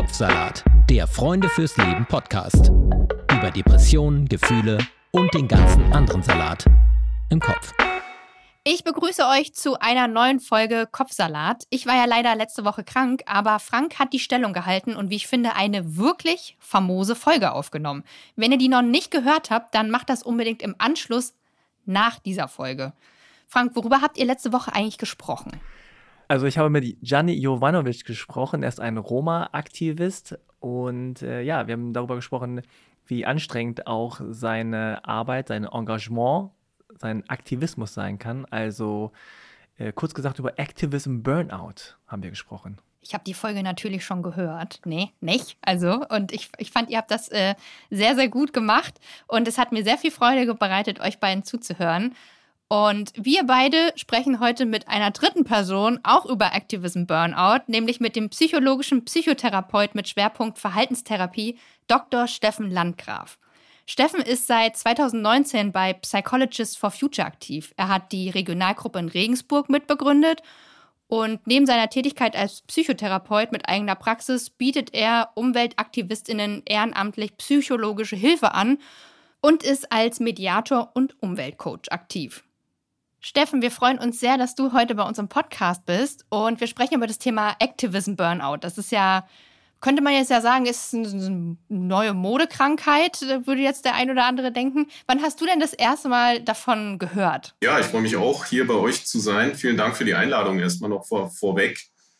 Kopfsalat, der Freunde fürs Leben Podcast. Über Depressionen, Gefühle und den ganzen anderen Salat im Kopf. Ich begrüße euch zu einer neuen Folge Kopfsalat. Ich war ja leider letzte Woche krank, aber Frank hat die Stellung gehalten und wie ich finde, eine wirklich famose Folge aufgenommen. Wenn ihr die noch nicht gehört habt, dann macht das unbedingt im Anschluss nach dieser Folge. Frank, worüber habt ihr letzte Woche eigentlich gesprochen? Also ich habe mit Gianni Jovanovic gesprochen, er ist ein Roma-Aktivist und wir haben darüber gesprochen, wie anstrengend auch seine Arbeit, sein Engagement, sein Aktivismus sein kann. Also kurz gesagt über Activism Burnout haben wir gesprochen. Ich habe die Folge natürlich schon gehört. Nee, nicht. Und ich fand, ihr habt das sehr, sehr gut gemacht und es hat mir sehr viel Freude bereitet, euch beiden zuzuhören. Und wir beide sprechen heute mit einer dritten Person auch über Activism Burnout, nämlich mit dem psychologischen Psychotherapeut mit Schwerpunkt Verhaltenstherapie, Dr. Steffen Landgraf. Steffen ist seit 2019 bei Psychologists for Future aktiv. Er hat die Regionalgruppe in Regensburg mitbegründet und neben seiner Tätigkeit als Psychotherapeut mit eigener Praxis bietet er UmweltaktivistInnen ehrenamtlich psychologische Hilfe an und ist als Mediator und Umweltcoach aktiv. Steffen, wir freuen uns sehr, dass du heute bei uns im Podcast bist und wir sprechen über das Thema Activism Burnout. Das ist ja, könnte man jetzt ja sagen, ist eine neue Modekrankheit, würde jetzt der ein oder andere denken. Wann hast du denn das erste Mal davon gehört? Ja, ich freue mich auch, hier bei euch zu sein. Vielen Dank für die Einladung erstmal noch vorweg.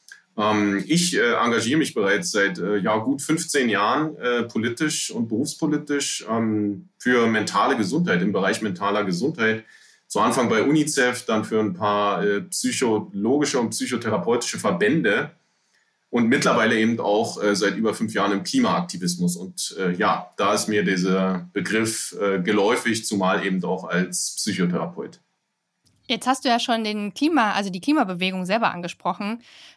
Ich engagiere mich bereits seit gut 15 Jahren politisch und berufspolitisch für mentale Gesundheit, im Bereich mentaler Gesundheit. Zu Anfang bei UNICEF, dann für ein paar psychologische und psychotherapeutische Verbände und mittlerweile eben auch seit über 5 Jahren im Klimaaktivismus. Und da ist mir dieser Begriff geläufig, zumal eben auch als Psychotherapeut. Jetzt hast du ja schon die Klimabewegung selber angesprochen,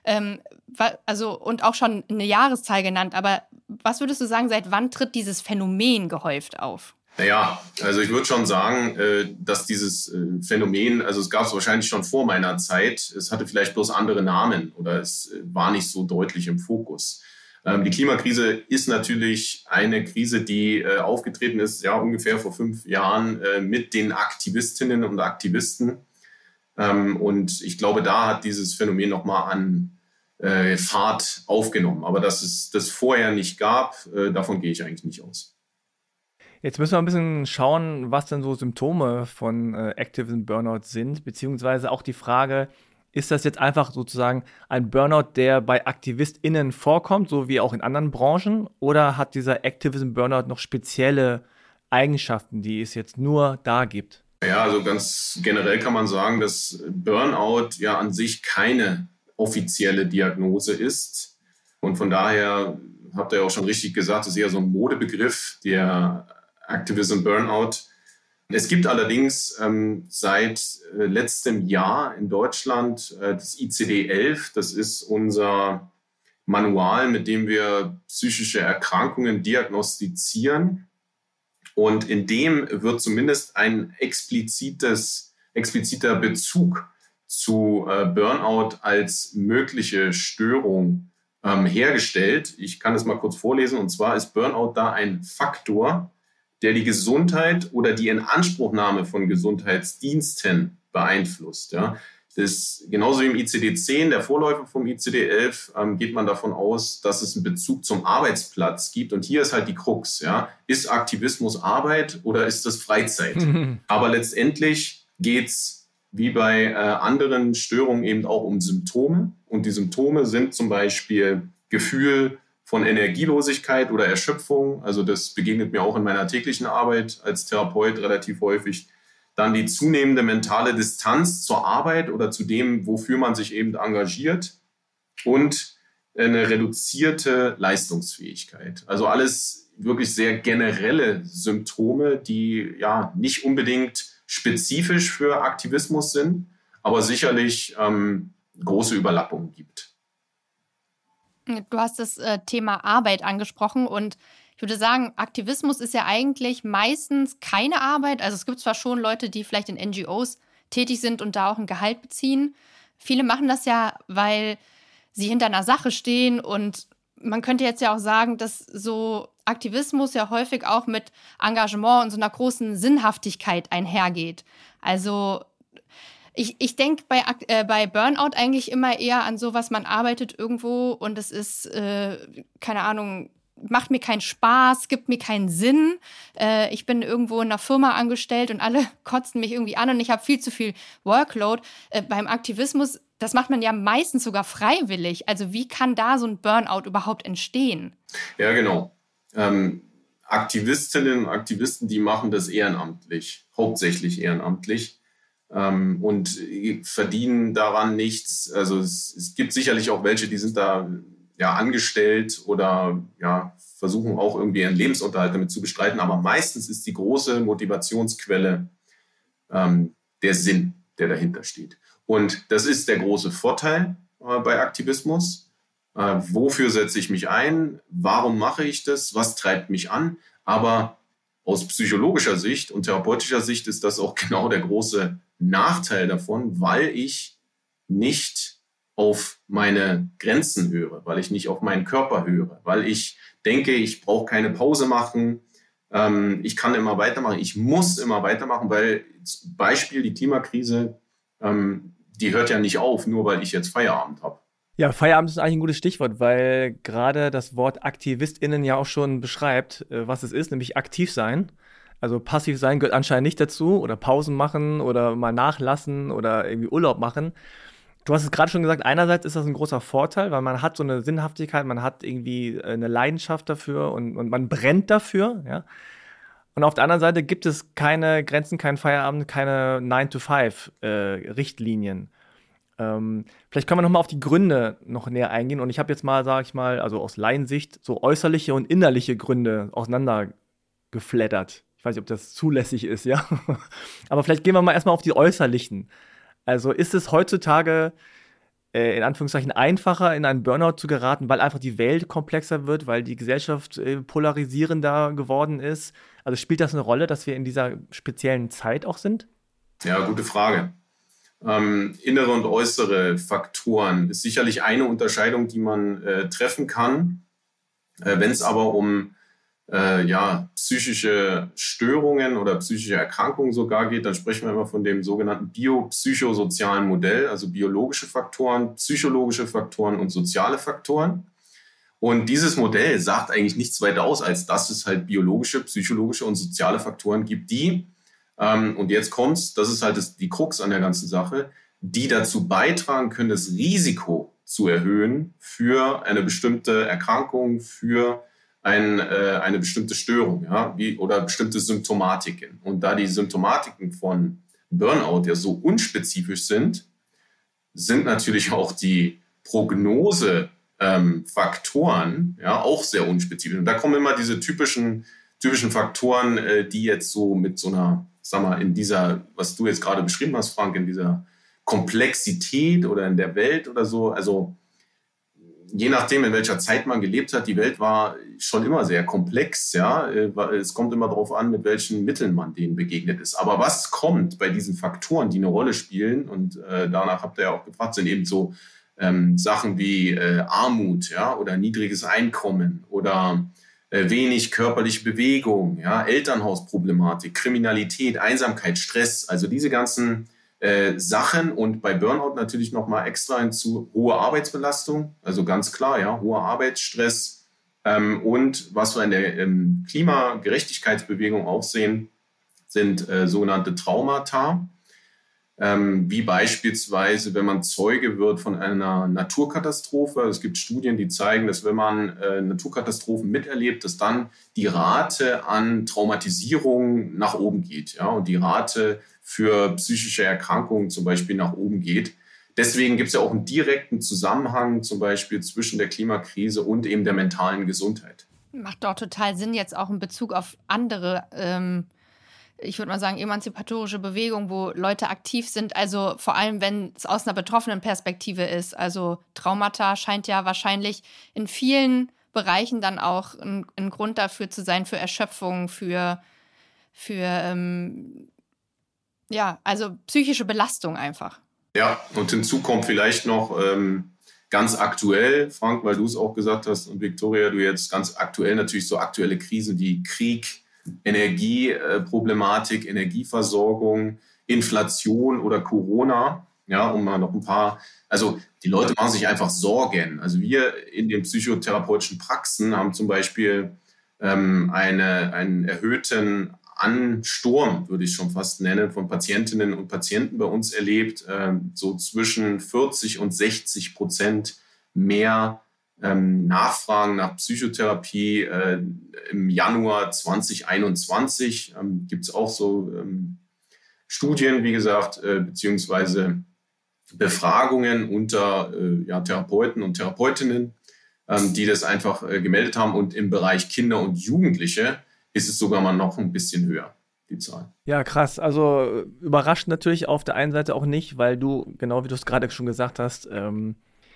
und auch schon eine Jahreszahl genannt. Aber was würdest du sagen, seit wann tritt dieses Phänomen gehäuft auf? Naja, also ich würde schon sagen, dass dieses Phänomen, also es gab es wahrscheinlich schon vor meiner Zeit, es hatte vielleicht bloß andere Namen oder es war nicht so deutlich im Fokus. Die Klimakrise ist natürlich eine Krise, die aufgetreten ist, ja ungefähr vor 5 Jahren mit den Aktivistinnen und Aktivisten. Und ich glaube, da hat dieses Phänomen nochmal an Fahrt aufgenommen. Aber dass es das vorher nicht gab, davon gehe ich eigentlich nicht aus. Jetzt müssen wir ein bisschen schauen, was denn so Symptome von Activism Burnout sind, beziehungsweise auch die Frage, ist das jetzt einfach sozusagen ein Burnout, der bei AktivistInnen vorkommt, so wie auch in anderen Branchen, oder hat dieser Activism Burnout noch spezielle Eigenschaften, die es jetzt nur da gibt? Ja, also ganz generell kann man sagen, dass Burnout ja an sich keine offizielle Diagnose ist. Und von daher, habt ihr ja auch schon richtig gesagt, ist eher so ein Modebegriff, der Activism Burnout. Es gibt allerdings seit letztem Jahr in Deutschland das ICD-11. Das ist unser Manual, mit dem wir psychische Erkrankungen diagnostizieren. Und in dem wird zumindest ein expliziter Bezug zu Burnout als mögliche Störung hergestellt. Ich kann das mal kurz vorlesen. Und zwar ist Burnout da ein Faktor, der die Gesundheit oder die Inanspruchnahme von Gesundheitsdiensten beeinflusst. Ja. Das, genauso wie im ICD-10, der Vorläufer vom ICD-11, geht man davon aus, dass es einen Bezug zum Arbeitsplatz gibt. Und hier ist halt die Krux. Ja. Ist Aktivismus Arbeit oder ist das Freizeit? Aber letztendlich geht es wie bei anderen Störungen eben auch um Symptome. Und die Symptome sind zum Beispiel Gefühl von Energielosigkeit oder Erschöpfung. Also das begegnet mir auch in meiner täglichen Arbeit als Therapeut relativ häufig. Dann die zunehmende mentale Distanz zur Arbeit oder zu dem, wofür man sich eben engagiert. Und eine reduzierte Leistungsfähigkeit. Also alles wirklich sehr generelle Symptome, die ja nicht unbedingt spezifisch für Aktivismus sind, aber sicherlich große Überlappungen gibt. Du hast das Thema Arbeit angesprochen und ich würde sagen, Aktivismus ist ja eigentlich meistens keine Arbeit. Also es gibt zwar schon Leute, die vielleicht in NGOs tätig sind und da auch ein Gehalt beziehen. Viele machen das ja, weil sie hinter einer Sache stehen und man könnte jetzt ja auch sagen, dass so Aktivismus ja häufig auch mit Engagement und so einer großen Sinnhaftigkeit einhergeht. Also ich denke bei Burnout eigentlich immer eher an sowas, man arbeitet irgendwo und es ist, keine Ahnung, macht mir keinen Spaß, gibt mir keinen Sinn. Ich bin irgendwo in einer Firma angestellt und alle kotzen mich irgendwie an und ich habe viel zu viel Workload. Beim Aktivismus, das macht man ja meistens sogar freiwillig. Also wie kann da so ein Burnout überhaupt entstehen? Ja, genau. Aktivistinnen und Aktivisten, die machen das ehrenamtlich, hauptsächlich ehrenamtlich. Und verdienen daran nichts. Also es gibt sicherlich auch welche, die sind da ja angestellt oder ja versuchen auch irgendwie ihren Lebensunterhalt damit zu bestreiten. Aber meistens ist die große Motivationsquelle der Sinn, der dahinter steht. Und das ist der große Vorteil bei Aktivismus. Wofür setze ich mich ein? Warum mache ich das? Was treibt mich an? Aber aus psychologischer Sicht und therapeutischer Sicht ist das auch genau der große Nachteil davon, weil ich nicht auf meine Grenzen höre, weil ich nicht auf meinen Körper höre, weil ich denke, ich brauche keine Pause machen, ich kann immer weitermachen, ich muss immer weitermachen, weil zum Beispiel die Klimakrise, die hört ja nicht auf, nur weil ich jetzt Feierabend habe. Ja, Feierabend ist eigentlich ein gutes Stichwort, weil gerade das Wort AktivistInnen ja auch schon beschreibt, was es ist, nämlich aktiv sein. Also passiv sein gehört anscheinend nicht dazu oder Pausen machen oder mal nachlassen oder irgendwie Urlaub machen. Du hast es gerade schon gesagt, einerseits ist das ein großer Vorteil, weil man hat so eine Sinnhaftigkeit, man hat irgendwie eine Leidenschaft dafür und man brennt dafür, ja. Und auf der anderen Seite gibt es keine Grenzen, keinen Feierabend, keine 9-to-5 Richtlinien. Vielleicht können wir nochmal auf die Gründe noch näher eingehen. Und ich habe jetzt mal, sage ich mal, also aus Laiensicht, so äußerliche und innerliche Gründe auseinandergeflattert. Ich weiß nicht, ob das zulässig ist, ja. Aber vielleicht gehen wir mal erstmal auf die äußerlichen. Also ist es heutzutage in Anführungszeichen einfacher, in einen Burnout zu geraten, weil einfach die Welt komplexer wird, weil die Gesellschaft polarisierender geworden ist? Also spielt das eine Rolle, dass wir in dieser speziellen Zeit auch sind? Ja, gute Frage. Innere und äußere Faktoren ist sicherlich eine Unterscheidung, die man treffen kann. Wenn es aber um psychische Störungen oder psychische Erkrankungen sogar geht, dann sprechen wir immer von dem sogenannten biopsychosozialen Modell, also biologische Faktoren, psychologische Faktoren und soziale Faktoren. Und dieses Modell sagt eigentlich nichts weiter aus, als dass es halt biologische, psychologische und soziale Faktoren gibt, die, und jetzt kommt's, das ist halt die Krux an der ganzen Sache, die dazu beitragen können, das Risiko zu erhöhen für eine bestimmte Erkrankung, für eine bestimmte Störung, ja, oder bestimmte Symptomatiken. Und da die Symptomatiken von Burnout ja so unspezifisch sind natürlich auch die Prognosefaktoren auch sehr unspezifisch. Und da kommen immer diese typischen Faktoren, die jetzt so mit so einer, sag mal, in dieser, was du jetzt gerade beschrieben hast, Frank, in dieser Komplexität oder in der Welt oder so, also je nachdem, in welcher Zeit man gelebt hat, die Welt war schon immer sehr komplex. Ja? Es kommt immer darauf an, mit welchen Mitteln man denen begegnet ist. Aber was kommt bei diesen Faktoren, die eine Rolle spielen, und danach habt ihr ja auch gefragt, sind eben so Sachen wie Armut, ja? Oder niedriges Einkommen oder wenig körperliche Bewegung, ja? Elternhausproblematik, Kriminalität, Einsamkeit, Stress, also diese ganzen Sachen, und bei Burnout natürlich nochmal extra hinzu hohe Arbeitsbelastung, also ganz klar, ja, hoher Arbeitsstress, und was wir in der Klimagerechtigkeitsbewegung auch sehen, sind sogenannte Traumata, wie beispielsweise, wenn man Zeuge wird von einer Naturkatastrophe. Es gibt Studien, die zeigen, dass wenn man Naturkatastrophen miterlebt, dass dann die Rate an Traumatisierung nach oben geht, ja, und die Rate für psychische Erkrankungen zum Beispiel nach oben geht. Deswegen gibt es ja auch einen direkten Zusammenhang zum Beispiel zwischen der Klimakrise und eben der mentalen Gesundheit. Macht doch total Sinn jetzt auch in Bezug auf andere, ich würde mal sagen, emanzipatorische Bewegungen, wo Leute aktiv sind. Also vor allem, wenn es aus einer betroffenen Perspektive ist. Also Traumata scheint ja wahrscheinlich in vielen Bereichen dann auch ein Grund dafür zu sein, für Erschöpfung, also psychische Belastung einfach. Ja, und hinzu kommt vielleicht noch ganz aktuell, Frank, weil du es auch gesagt hast und Viktoria, du jetzt ganz aktuell natürlich so aktuelle Krisen wie Krieg, Energieproblematik, Energieversorgung, Inflation oder Corona, ja, um mal noch ein paar, also die Leute machen sich einfach Sorgen. Also wir in den psychotherapeutischen Praxen haben zum Beispiel einen erhöhten Ansturm, würde ich schon fast nennen, von Patientinnen und Patienten bei uns erlebt, so zwischen 40% und 60% mehr Nachfragen nach Psychotherapie im Januar 2021. Gibt es auch so Studien, wie gesagt, beziehungsweise Befragungen unter Therapeuten und Therapeutinnen, die das einfach gemeldet haben. Und im Bereich Kinder und Jugendliche ist es sogar mal noch ein bisschen höher, die Zahl. Ja, krass. Also überrascht natürlich auf der einen Seite auch nicht, weil du, genau wie du es gerade schon gesagt hast, weil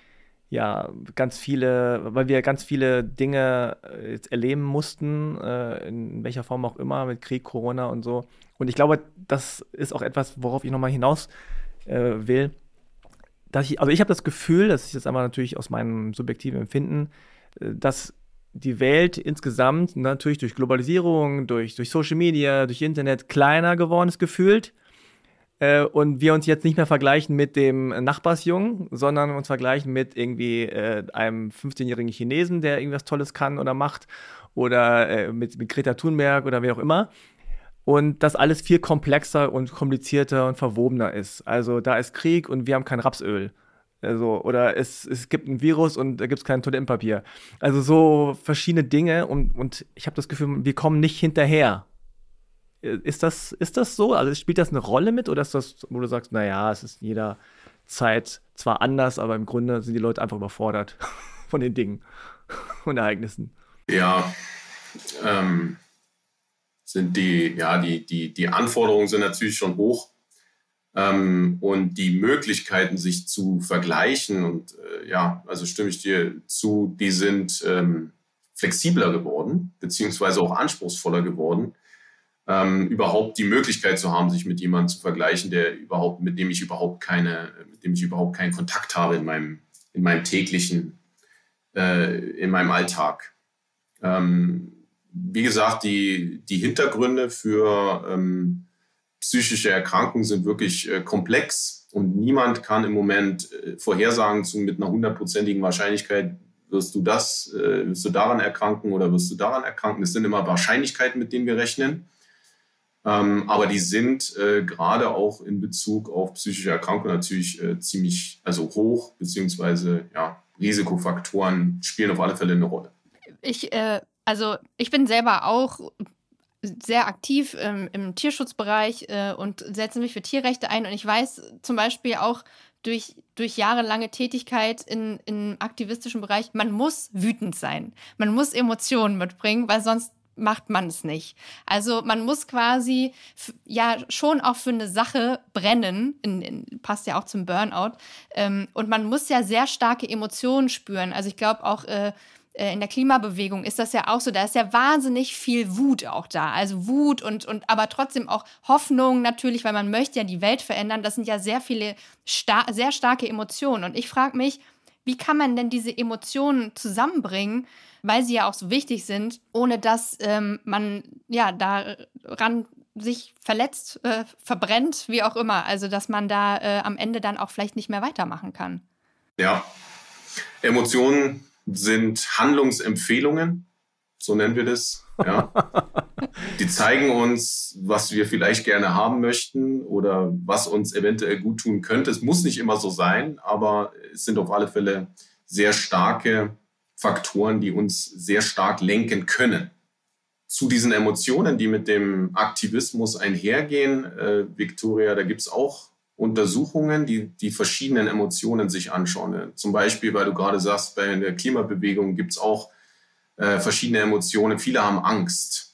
wir ganz viele Dinge jetzt erleben mussten, in welcher Form auch immer, mit Krieg, Corona und so. Und ich glaube, das ist auch etwas, worauf ich nochmal hinaus will. Ich habe das Gefühl, das ist jetzt einmal natürlich aus meinem subjektiven Empfinden, dass die Welt insgesamt natürlich durch Globalisierung, durch Social Media, durch Internet kleiner geworden ist gefühlt. Und wir uns jetzt nicht mehr vergleichen mit dem Nachbarsjungen, sondern uns vergleichen mit irgendwie einem 15-jährigen Chinesen, der irgendwas Tolles kann oder macht, oder mit Greta Thunberg oder wer auch immer. Und das alles viel komplexer und komplizierter und verwobener ist. Also da ist Krieg und wir haben kein Rapsöl. Also, oder es gibt ein Virus und da gibt es kein Toilettenpapier. Also so verschiedene Dinge und ich habe das Gefühl, wir kommen nicht hinterher. Ist das so? Also spielt das eine Rolle mit oder ist das, wo du sagst, naja, es ist in jeder Zeit zwar anders, aber im Grunde sind die Leute einfach überfordert von den Dingen und Ereignissen? Ja, sind die Anforderungen sind natürlich schon hoch. Und die Möglichkeiten, sich zu vergleichen und also stimme ich dir zu, die sind flexibler geworden, beziehungsweise auch anspruchsvoller geworden, überhaupt die Möglichkeit zu haben, sich mit jemandem zu vergleichen, mit dem ich überhaupt keinen Kontakt habe in meinem täglichen, in meinem Alltag. Wie gesagt, die Hintergründe für psychische Erkrankungen sind wirklich komplex und niemand kann im Moment vorhersagen, mit einer 100%igen Wahrscheinlichkeit wirst du daran erkranken oder wirst du daran erkranken. Das sind immer Wahrscheinlichkeiten, mit denen wir rechnen. Aber die sind gerade auch in Bezug auf psychische Erkrankungen natürlich ziemlich hoch, beziehungsweise Risikofaktoren spielen auf alle Fälle eine Rolle. Ich bin selber auch sehr aktiv im Tierschutzbereich und setze mich für Tierrechte ein. Und ich weiß zum Beispiel auch durch jahrelange Tätigkeit im aktivistischen Bereich, man muss wütend sein. Man muss Emotionen mitbringen, weil sonst macht man es nicht. Also man muss quasi schon auch für eine Sache brennen, passt ja auch zum Burnout. Und man muss ja sehr starke Emotionen spüren. Also ich glaube auch in der Klimabewegung ist das ja auch so, da ist ja wahnsinnig viel Wut auch da. Also Wut und aber trotzdem auch Hoffnung natürlich, weil man möchte ja die Welt verändern. Das sind ja sehr viele sehr starke Emotionen. Und ich frage mich, wie kann man denn diese Emotionen zusammenbringen, weil sie ja auch so wichtig sind, ohne dass man daran sich verletzt, verbrennt, wie auch immer. Also dass man da am Ende dann auch vielleicht nicht mehr weitermachen kann. Ja, Emotionen sind Handlungsempfehlungen, so nennen wir das. Ja. Die zeigen uns, was wir vielleicht gerne haben möchten oder was uns eventuell gut tun könnte. Es muss nicht immer so sein, aber es sind auf alle Fälle sehr starke Faktoren, die uns sehr stark lenken können. Zu diesen Emotionen, die mit dem Aktivismus einhergehen, Viktoria, da gibt es auch Untersuchungen, die verschiedenen Emotionen sich anschauen. Zum Beispiel, weil du gerade sagst, bei der Klimabewegung gibt es auch verschiedene Emotionen. Viele haben Angst.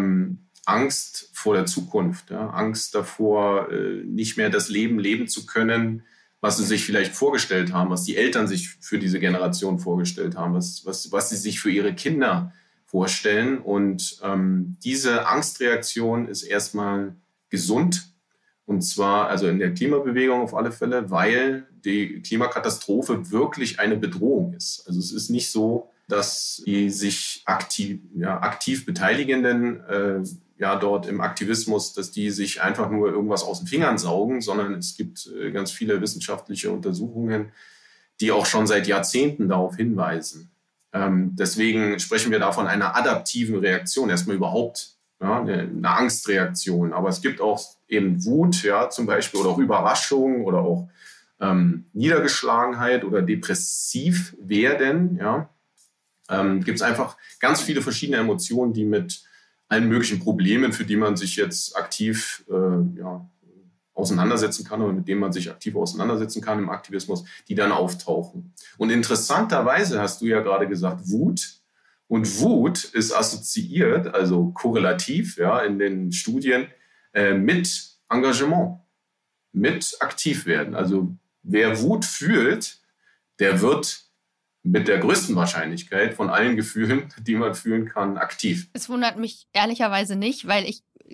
Angst vor der Zukunft. Ja? Angst davor, nicht mehr das Leben leben zu können, was sie sich vielleicht vorgestellt haben, was die Eltern sich für diese Generation vorgestellt haben, was sie sich für ihre Kinder vorstellen. Und diese Angstreaktion ist erstmal gesund. Und zwar also in der Klimabewegung auf alle Fälle, weil die Klimakatastrophe wirklich eine Bedrohung ist. Also es ist nicht so, dass die sich aktiv Beteiligenden dort im Aktivismus, dass die sich einfach nur irgendwas aus den Fingern saugen, sondern es gibt ganz viele wissenschaftliche Untersuchungen, die auch schon seit Jahrzehnten darauf hinweisen. Deswegen sprechen wir da von einer adaptiven Reaktion, erstmal überhaupt eine Angstreaktion. Aber es gibt auch eben Wut, ja, zum Beispiel, oder auch Überraschung oder auch Niedergeschlagenheit oder depressiv werden. Ja. Gibt es einfach ganz viele verschiedene Emotionen, die mit allen möglichen Problemen, für die man sich jetzt aktiv auseinandersetzen kann oder mit denen man sich aktiv auseinandersetzen kann im Aktivismus, die dann auftauchen. Und interessanterweise hast du ja gerade gesagt, Wut. Und Wut ist assoziiert, also korrelativ, ja, in den Studien mit Engagement, mit aktiv werden. Also wer Wut fühlt, der wird mit der größten Wahrscheinlichkeit von allen Gefühlen, die man fühlen kann, aktiv. Es wundert mich ehrlicherweise nicht, weil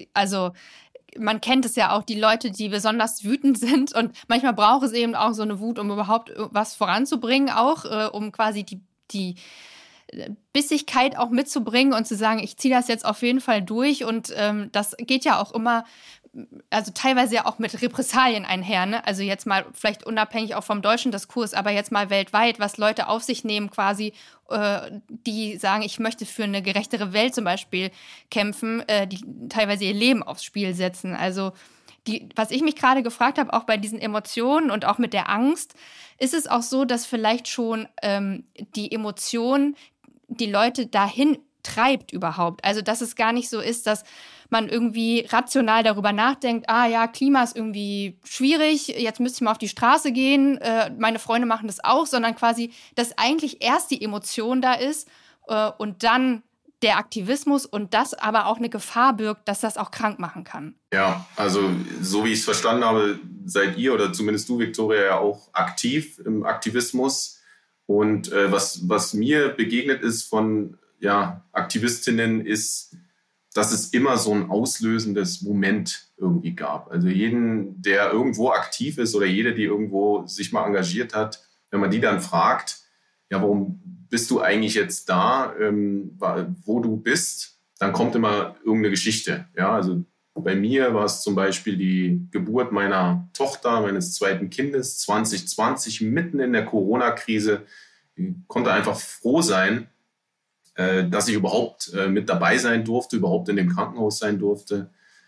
man kennt es ja auch, die Leute, die besonders wütend sind, und manchmal braucht es eben auch so eine Wut, um überhaupt was voranzubringen, auch um quasi die Bissigkeit auch mitzubringen und zu sagen, ich ziehe das jetzt auf jeden Fall durch, und das geht ja auch immer, also teilweise ja auch mit Repressalien einher, ne? Also jetzt mal vielleicht unabhängig auch vom deutschen Diskurs, aber jetzt mal weltweit, was Leute auf sich nehmen quasi, die sagen, ich möchte für eine gerechtere Welt zum Beispiel kämpfen, die teilweise ihr Leben aufs Spiel setzen. Also was ich mich gerade gefragt habe, auch bei diesen Emotionen und auch mit der Angst, ist es auch so, dass vielleicht schon die Emotion die Leute dahin treibt überhaupt. Also dass es gar nicht so ist, dass man irgendwie rational darüber nachdenkt, Klima ist irgendwie schwierig, jetzt müsste ich mal auf die Straße gehen, meine Freunde machen das auch, sondern quasi, dass eigentlich erst die Emotion da ist und dann der Aktivismus, und das aber auch eine Gefahr birgt, dass das auch krank machen kann. Ja, also so wie ich es verstanden habe, seid ihr oder zumindest du, Viktoria, ja auch aktiv im Aktivismus. Und was mir begegnet ist von Aktivistinnen, ist, dass es immer so ein auslösendes Moment irgendwie gab. Also jeden, der irgendwo aktiv ist oder jede, die irgendwo sich mal engagiert hat, wenn man die dann fragt, ja, warum bist du eigentlich jetzt da, wo du bist, dann kommt immer irgendeine Geschichte. Ja, also bei mir war es zum Beispiel die Geburt meiner Tochter, meines zweiten Kindes 2020, mitten in der Corona-Krise. Ich konnte einfach froh sein, dass ich überhaupt mit dabei sein durfte, überhaupt in dem Krankenhaus sein durfte.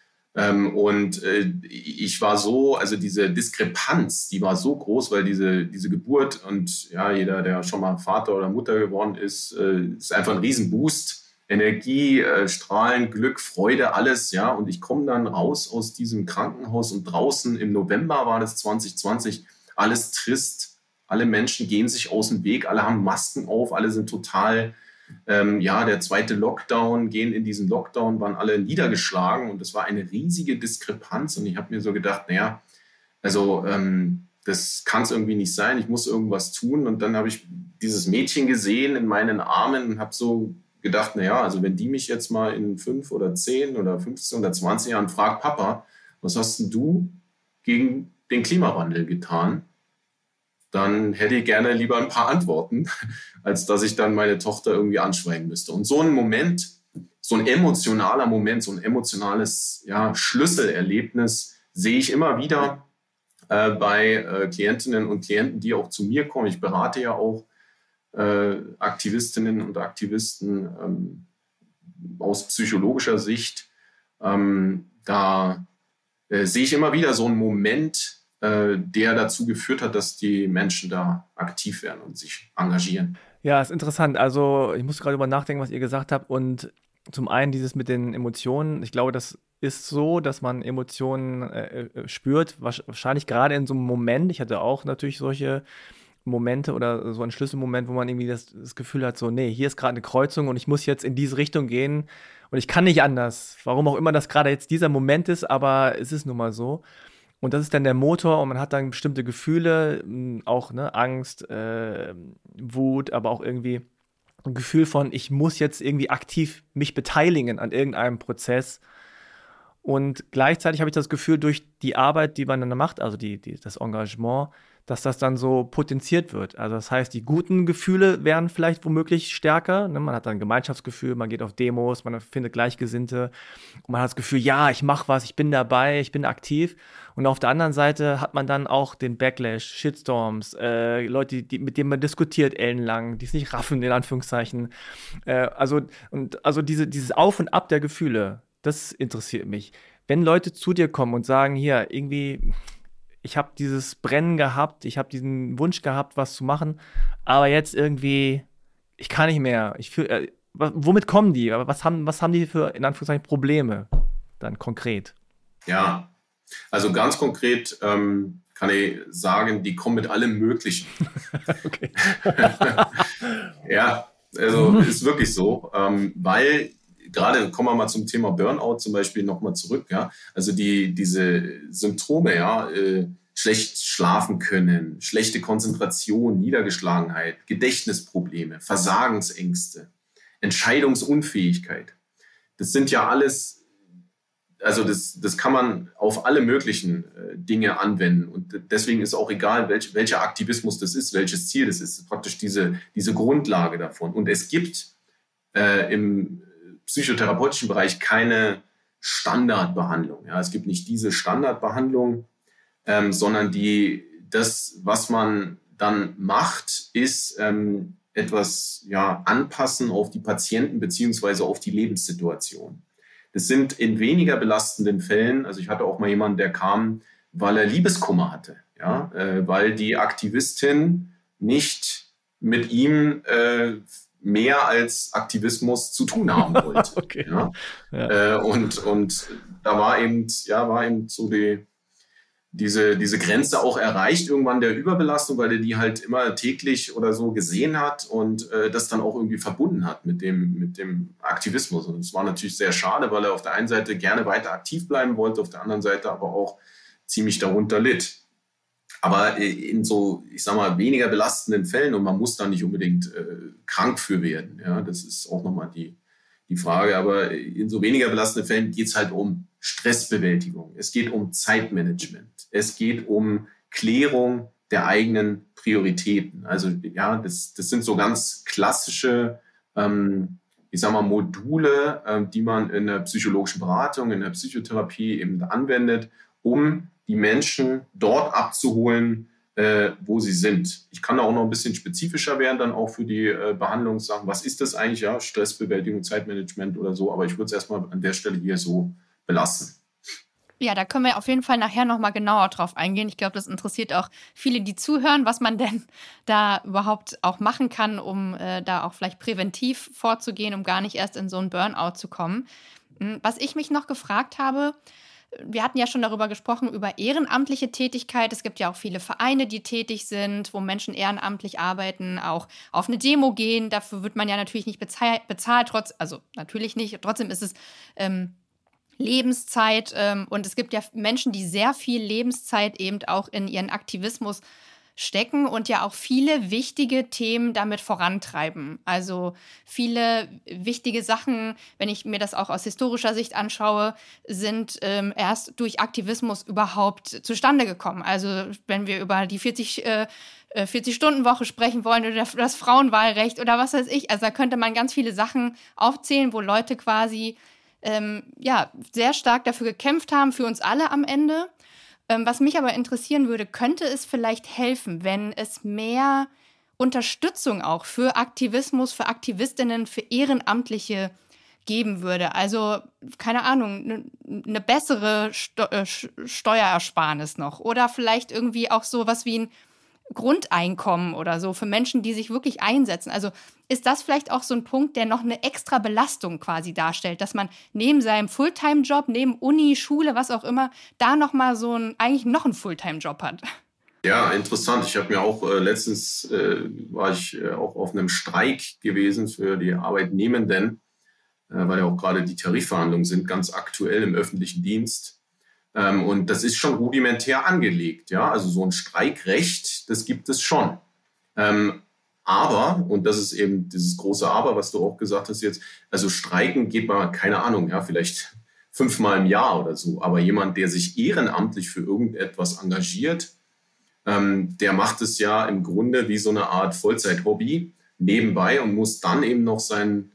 Ich war so, also diese Diskrepanz, die war so groß, weil diese Geburt, und ja, jeder, der schon mal Vater oder Mutter geworden ist, ist einfach ein Riesenboost. Energie, Strahlen, Glück, Freude, alles, ja. Und ich komme dann raus aus diesem Krankenhaus, und draußen im November war das 2020, alles trist. Alle Menschen gehen sich aus dem Weg, alle haben Masken auf, alle sind total, der zweite Lockdown, gehen in diesen Lockdown, waren alle niedergeschlagen, und es war eine riesige Diskrepanz, und ich habe mir so gedacht, das kann es irgendwie nicht sein, ich muss irgendwas tun, und dann habe ich dieses Mädchen gesehen in meinen Armen und habe so gedacht, also wenn die mich jetzt mal in 5 oder 10 oder 15 oder 20 Jahren fragt, Papa, was hast denn du gegen den Klimawandel getan? Dann hätte ich gerne lieber ein paar Antworten, als dass ich dann meine Tochter irgendwie anschweigen müsste. Und so ein Moment, so ein emotionaler Moment, so ein emotionales Schlüsselerlebnis sehe ich immer wieder bei Klientinnen und Klienten, die auch zu mir kommen. Ich berate ja auch Aktivistinnen und Aktivisten aus psychologischer Sicht. Da sehe ich immer wieder so einen Moment, der dazu geführt hat, dass die Menschen da aktiv werden und sich engagieren. Ja, ist interessant. Also ich muss gerade über nachdenken, was ihr gesagt habt. Und zum einen dieses mit den Emotionen. Ich glaube, das ist so, dass man Emotionen spürt. Wahrscheinlich gerade in so einem Moment. Ich hatte auch natürlich solche Momente oder so einen Schlüsselmoment, wo man irgendwie das Gefühl hat, so, nee, hier ist gerade eine Kreuzung und ich muss jetzt in diese Richtung gehen und ich kann nicht anders. Warum auch immer das gerade jetzt dieser Moment ist, aber es ist nun mal so. Und das ist dann der Motor, und man hat dann bestimmte Gefühle, auch Angst, Wut, aber auch irgendwie ein Gefühl von, ich muss jetzt irgendwie aktiv mich beteiligen an irgendeinem Prozess. Und gleichzeitig habe ich das Gefühl, durch die Arbeit, die man dann macht, also das Engagement, dass das dann so potenziert wird. Also das heißt, die guten Gefühle werden vielleicht womöglich stärker. Ne? Man hat dann ein Gemeinschaftsgefühl, man geht auf Demos, man findet Gleichgesinnte und man hat das Gefühl, ja, ich mache was, ich bin dabei, ich bin aktiv. Und auf der anderen Seite hat man dann auch den Backlash, Shitstorms, Leute, mit denen man diskutiert ellenlang, die es nicht raffen, in Anführungszeichen. Also dieses Auf und Ab der Gefühle, das interessiert mich. Wenn Leute zu dir kommen und sagen, hier, irgendwie, ich habe dieses Brennen gehabt, ich habe diesen Wunsch gehabt, was zu machen, aber jetzt irgendwie, ich kann nicht mehr. Womit kommen die? Was haben die für, in Anführungszeichen, Probleme dann konkret? Ja, also ganz konkret kann ich sagen, die kommen mit allem Möglichen. Okay. Ja, also ist wirklich so, weil gerade kommen wir mal zum Thema Burnout zum Beispiel nochmal zurück. Ja, also diese Symptome, ja, schlecht schlafen können, schlechte Konzentration, Niedergeschlagenheit, Gedächtnisprobleme, Versagensängste, Entscheidungsunfähigkeit. Das sind ja alles, also das kann man auf alle möglichen Dinge anwenden. Und deswegen ist auch egal, welcher Aktivismus das ist, welches Ziel das ist. Praktisch diese Grundlage davon. Und es gibt im psychotherapeutischen Bereich keine Standardbehandlung. Ja, es gibt nicht diese Standardbehandlung, sondern das, was man dann macht, ist etwas anpassen auf die Patienten beziehungsweise auf die Lebenssituation. Das sind in weniger belastenden Fällen, also ich hatte auch mal jemanden, der kam, weil er Liebeskummer hatte, ja, weil die Aktivistin nicht mit ihm mehr als Aktivismus zu tun haben wollte. Okay. Ja. Ja. Und da war eben so diese Grenze auch erreicht, irgendwann der Überbelastung, weil er die halt immer täglich oder so gesehen hat und das dann auch irgendwie verbunden hat mit dem Aktivismus. Und es war natürlich sehr schade, weil er auf der einen Seite gerne weiter aktiv bleiben wollte, auf der anderen Seite aber auch ziemlich darunter litt. Aber in so, ich sag mal, weniger belastenden Fällen, und man muss da nicht unbedingt krank für werden, ja, das ist auch nochmal die Frage, aber in so weniger belastenden Fällen geht es halt um Stressbewältigung, es geht um Zeitmanagement, es geht um Klärung der eigenen Prioritäten. Also ja, das sind so ganz klassische, ich sag mal, Module, die man in der psychologischen Beratung, in der Psychotherapie eben anwendet, um die Menschen dort abzuholen, wo sie sind. Ich kann da auch noch ein bisschen spezifischer werden, dann auch für die Behandlungssachen. Was ist das eigentlich? Ja, Stressbewältigung, Zeitmanagement oder so. Aber ich würde es erstmal an der Stelle hier so belassen. Ja, da können wir auf jeden Fall nachher nochmal genauer drauf eingehen. Ich glaube, das interessiert auch viele, die zuhören, was man denn da überhaupt auch machen kann, um da auch vielleicht präventiv vorzugehen, um gar nicht erst in so einen Burnout zu kommen. Was ich mich noch gefragt habe, wir hatten ja schon darüber gesprochen, über ehrenamtliche Tätigkeit. Es gibt ja auch viele Vereine, die tätig sind, wo Menschen ehrenamtlich arbeiten, auch auf eine Demo gehen. Dafür wird man ja natürlich nicht bezahlt, natürlich nicht. Trotzdem ist es Lebenszeit. Und es gibt ja Menschen, die sehr viel Lebenszeit eben auch in ihren Aktivismus stecken und ja auch viele wichtige Themen damit vorantreiben. Also viele wichtige Sachen, wenn ich mir das auch aus historischer Sicht anschaue, sind erst durch Aktivismus überhaupt zustande gekommen. Also wenn wir über die 40-Stunden-Woche sprechen wollen oder das Frauenwahlrecht oder was weiß ich, also da könnte man ganz viele Sachen aufzählen, wo Leute quasi sehr stark dafür gekämpft haben, für uns alle am Ende. Was mich aber interessieren würde, könnte es vielleicht helfen, wenn es mehr Unterstützung auch für Aktivismus, für Aktivistinnen, für Ehrenamtliche geben würde? Also, keine Ahnung, eine bessere Steuerersparnis noch oder vielleicht irgendwie auch so was wie ein Grundeinkommen oder so für Menschen, die sich wirklich einsetzen. Also ist das vielleicht auch so ein Punkt, der noch eine extra Belastung quasi darstellt, dass man neben seinem Fulltime-Job, neben Uni, Schule, was auch immer, da nochmal eigentlich noch einen Fulltime-Job hat? Ja, interessant. Ich habe mir auch letztens war ich auch auf einem Streik gewesen für die Arbeitnehmenden, weil ja auch gerade die Tarifverhandlungen sind, ganz aktuell im öffentlichen Dienst. Und das ist schon rudimentär angelegt. Ja? Also so ein Streikrecht, das gibt es schon. Aber, und das ist eben dieses große Aber, was du auch gesagt hast jetzt, also streiken geht mal, keine Ahnung, ja, vielleicht 5-mal im Jahr oder so. Aber jemand, der sich ehrenamtlich für irgendetwas engagiert, der macht es ja im Grunde wie so eine Art Vollzeit-Hobby nebenbei und muss dann eben noch seinen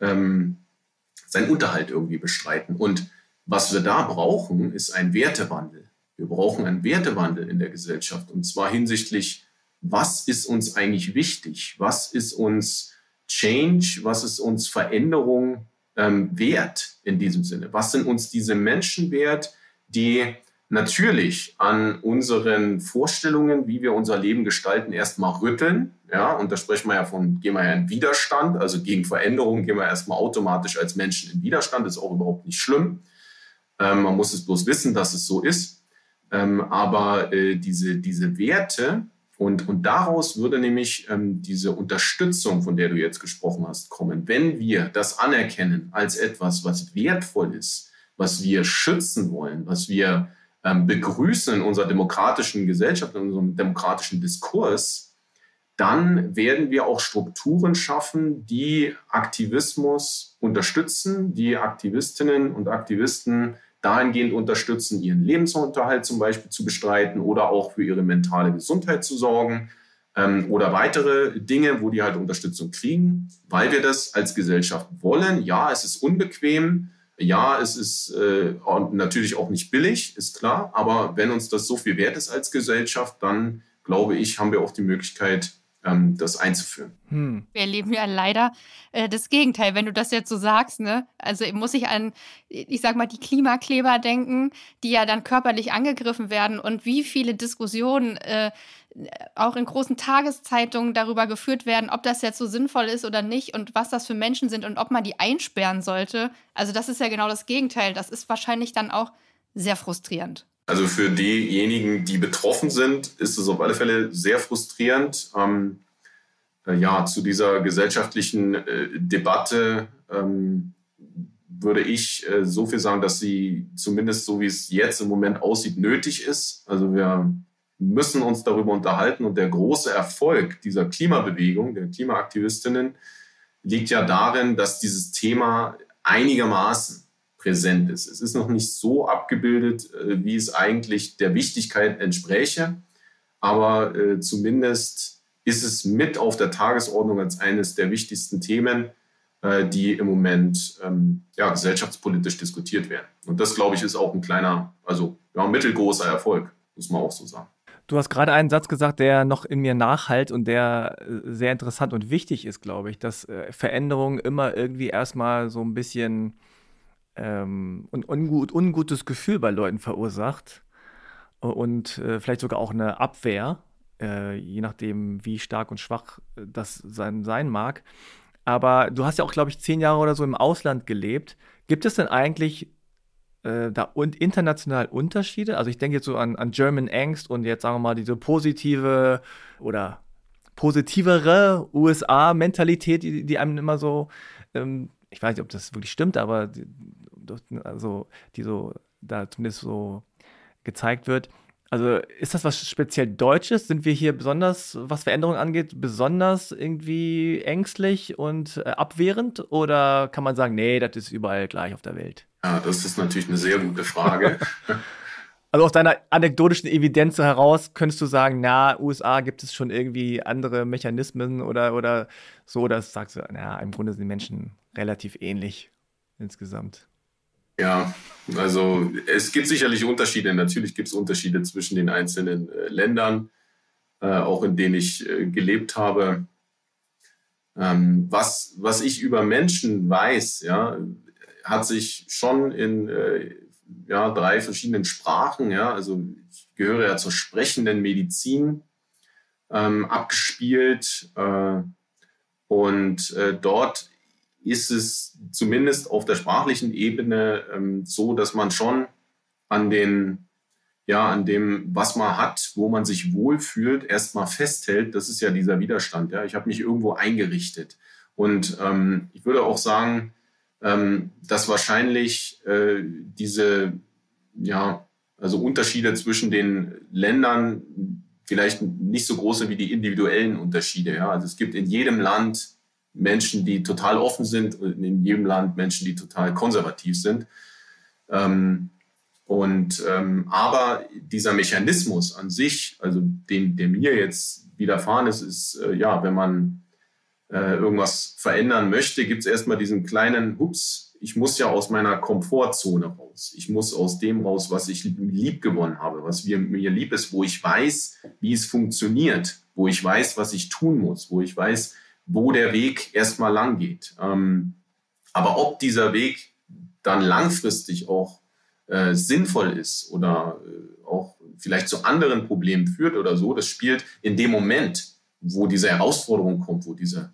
Unterhalt irgendwie bestreiten. Und was wir da brauchen, ist ein Wertewandel. Wir brauchen einen Wertewandel in der Gesellschaft. Und zwar hinsichtlich, was ist uns eigentlich wichtig? Was ist uns Change? Was ist uns Veränderung wert in diesem Sinne? Was sind uns diese Menschen wert, die natürlich an unseren Vorstellungen, wie wir unser Leben gestalten, erstmal rütteln. Ja, und da sprechen wir ja gehen wir ja in Widerstand, also gegen Veränderungen gehen wir erstmal automatisch als Menschen in Widerstand, das ist auch überhaupt nicht schlimm. Man muss es bloß wissen, dass es so ist. Aber diese Werte und daraus würde nämlich diese Unterstützung, von der du jetzt gesprochen hast, kommen. Wenn wir das anerkennen als etwas, was wertvoll ist, was wir schützen wollen, was wir begrüßen in unserer demokratischen Gesellschaft, in unserem demokratischen Diskurs, dann werden wir auch Strukturen schaffen, die Aktivismus unterstützen, die Aktivistinnen und Aktivisten dahingehend unterstützen, ihren Lebensunterhalt zum Beispiel zu bestreiten oder auch für ihre mentale Gesundheit zu sorgen oder weitere Dinge, wo die halt Unterstützung kriegen, weil wir das als Gesellschaft wollen. Ja, es ist unbequem. Ja, es ist natürlich auch nicht billig, ist klar. Aber wenn uns das so viel wert ist als Gesellschaft, dann glaube ich, haben wir auch die Möglichkeit, das einzuführen. Wir erleben ja leider das Gegenteil, wenn du das jetzt so sagst, ne? Also muss ich an, ich sag mal, die Klimakleber denken, die ja dann körperlich angegriffen werden und wie viele Diskussionen auch in großen Tageszeitungen darüber geführt werden, ob das jetzt so sinnvoll ist oder nicht und was das für Menschen sind und ob man die einsperren sollte. Also das ist ja genau das Gegenteil. Das ist wahrscheinlich dann auch sehr frustrierend. Also für diejenigen, die betroffen sind, ist es auf alle Fälle sehr frustrierend. Zu dieser gesellschaftlichen Debatte würde ich so viel sagen, dass sie zumindest so, wie es jetzt im Moment aussieht, nötig ist. Also wir müssen uns darüber unterhalten und der große Erfolg dieser Klimabewegung, der Klimaaktivistinnen, liegt ja darin, dass dieses Thema einigermaßen präsent ist. Es ist noch nicht so abgebildet, wie es eigentlich der Wichtigkeit entspräche, aber zumindest ist es mit auf der Tagesordnung als eines der wichtigsten Themen, die im Moment gesellschaftspolitisch diskutiert werden. Und das, glaube ich, ist auch ein kleiner, mittelgroßer Erfolg, muss man auch so sagen. Du hast gerade einen Satz gesagt, der noch in mir nachhallt und der sehr interessant und wichtig ist, glaube ich, dass Veränderung immer irgendwie erstmal so ein bisschen ein ungutes Gefühl bei Leuten verursacht und vielleicht sogar auch eine Abwehr, je nachdem, wie stark und schwach das sein mag. Aber du hast ja auch, glaube ich, 10 Jahre oder so im Ausland gelebt. Gibt es denn eigentlich international Unterschiede? Also ich denke jetzt so an German Angst und jetzt sagen wir mal diese positive oder positivere USA-Mentalität, die einem immer so, ich weiß nicht, ob das wirklich stimmt, aber die so da zumindest so gezeigt wird. Also ist das was speziell Deutsches? Sind wir hier besonders, was Veränderungen angeht, besonders irgendwie ängstlich und abwehrend? Oder kann man sagen, nee, das ist überall gleich auf der Welt? Ja, das ist natürlich eine sehr gute Frage. Also aus deiner anekdotischen Evidenz heraus könntest du sagen, na, USA gibt es schon irgendwie andere Mechanismen oder so, dass sagst du, na, im Grunde sind die Menschen relativ ähnlich insgesamt. Ja, also es gibt sicherlich Unterschiede. Natürlich gibt es Unterschiede zwischen den einzelnen Ländern, auch in denen ich gelebt habe. Was ich über Menschen weiß, ja, hat sich schon in 3 verschiedenen Sprachen, ja, also ich gehöre ja zur sprechenden Medizin, abgespielt. Und dort ist es zumindest auf der sprachlichen Ebene so, dass man schon an dem, was man hat, wo man sich wohlfühlt, erstmal festhält. Das ist ja dieser Widerstand. Ja? Ich habe mich irgendwo eingerichtet. Und ich würde auch sagen, dass wahrscheinlich diese Unterschiede zwischen den Ländern vielleicht nicht so groß sind wie die individuellen Unterschiede. Ja? Also es gibt in jedem Land Menschen, die total offen sind und in jedem Land Menschen, die total konservativ sind. Und Und aber dieser Mechanismus an sich, also der mir jetzt widerfahren ist, wenn man irgendwas verändern möchte, gibt es erstmal diesen kleinen Hups, ich muss ja aus meiner Komfortzone raus. Ich muss aus dem raus, was ich lieb gewonnen habe, was mir lieb ist, wo ich weiß, wie es funktioniert, wo ich weiß, was ich tun muss, wo ich weiß, wo der Weg erstmal lang geht. Aber ob dieser Weg dann langfristig auch sinnvoll ist oder auch vielleicht zu anderen Problemen führt oder so, das spielt in dem Moment, wo diese Herausforderung kommt, wo dieser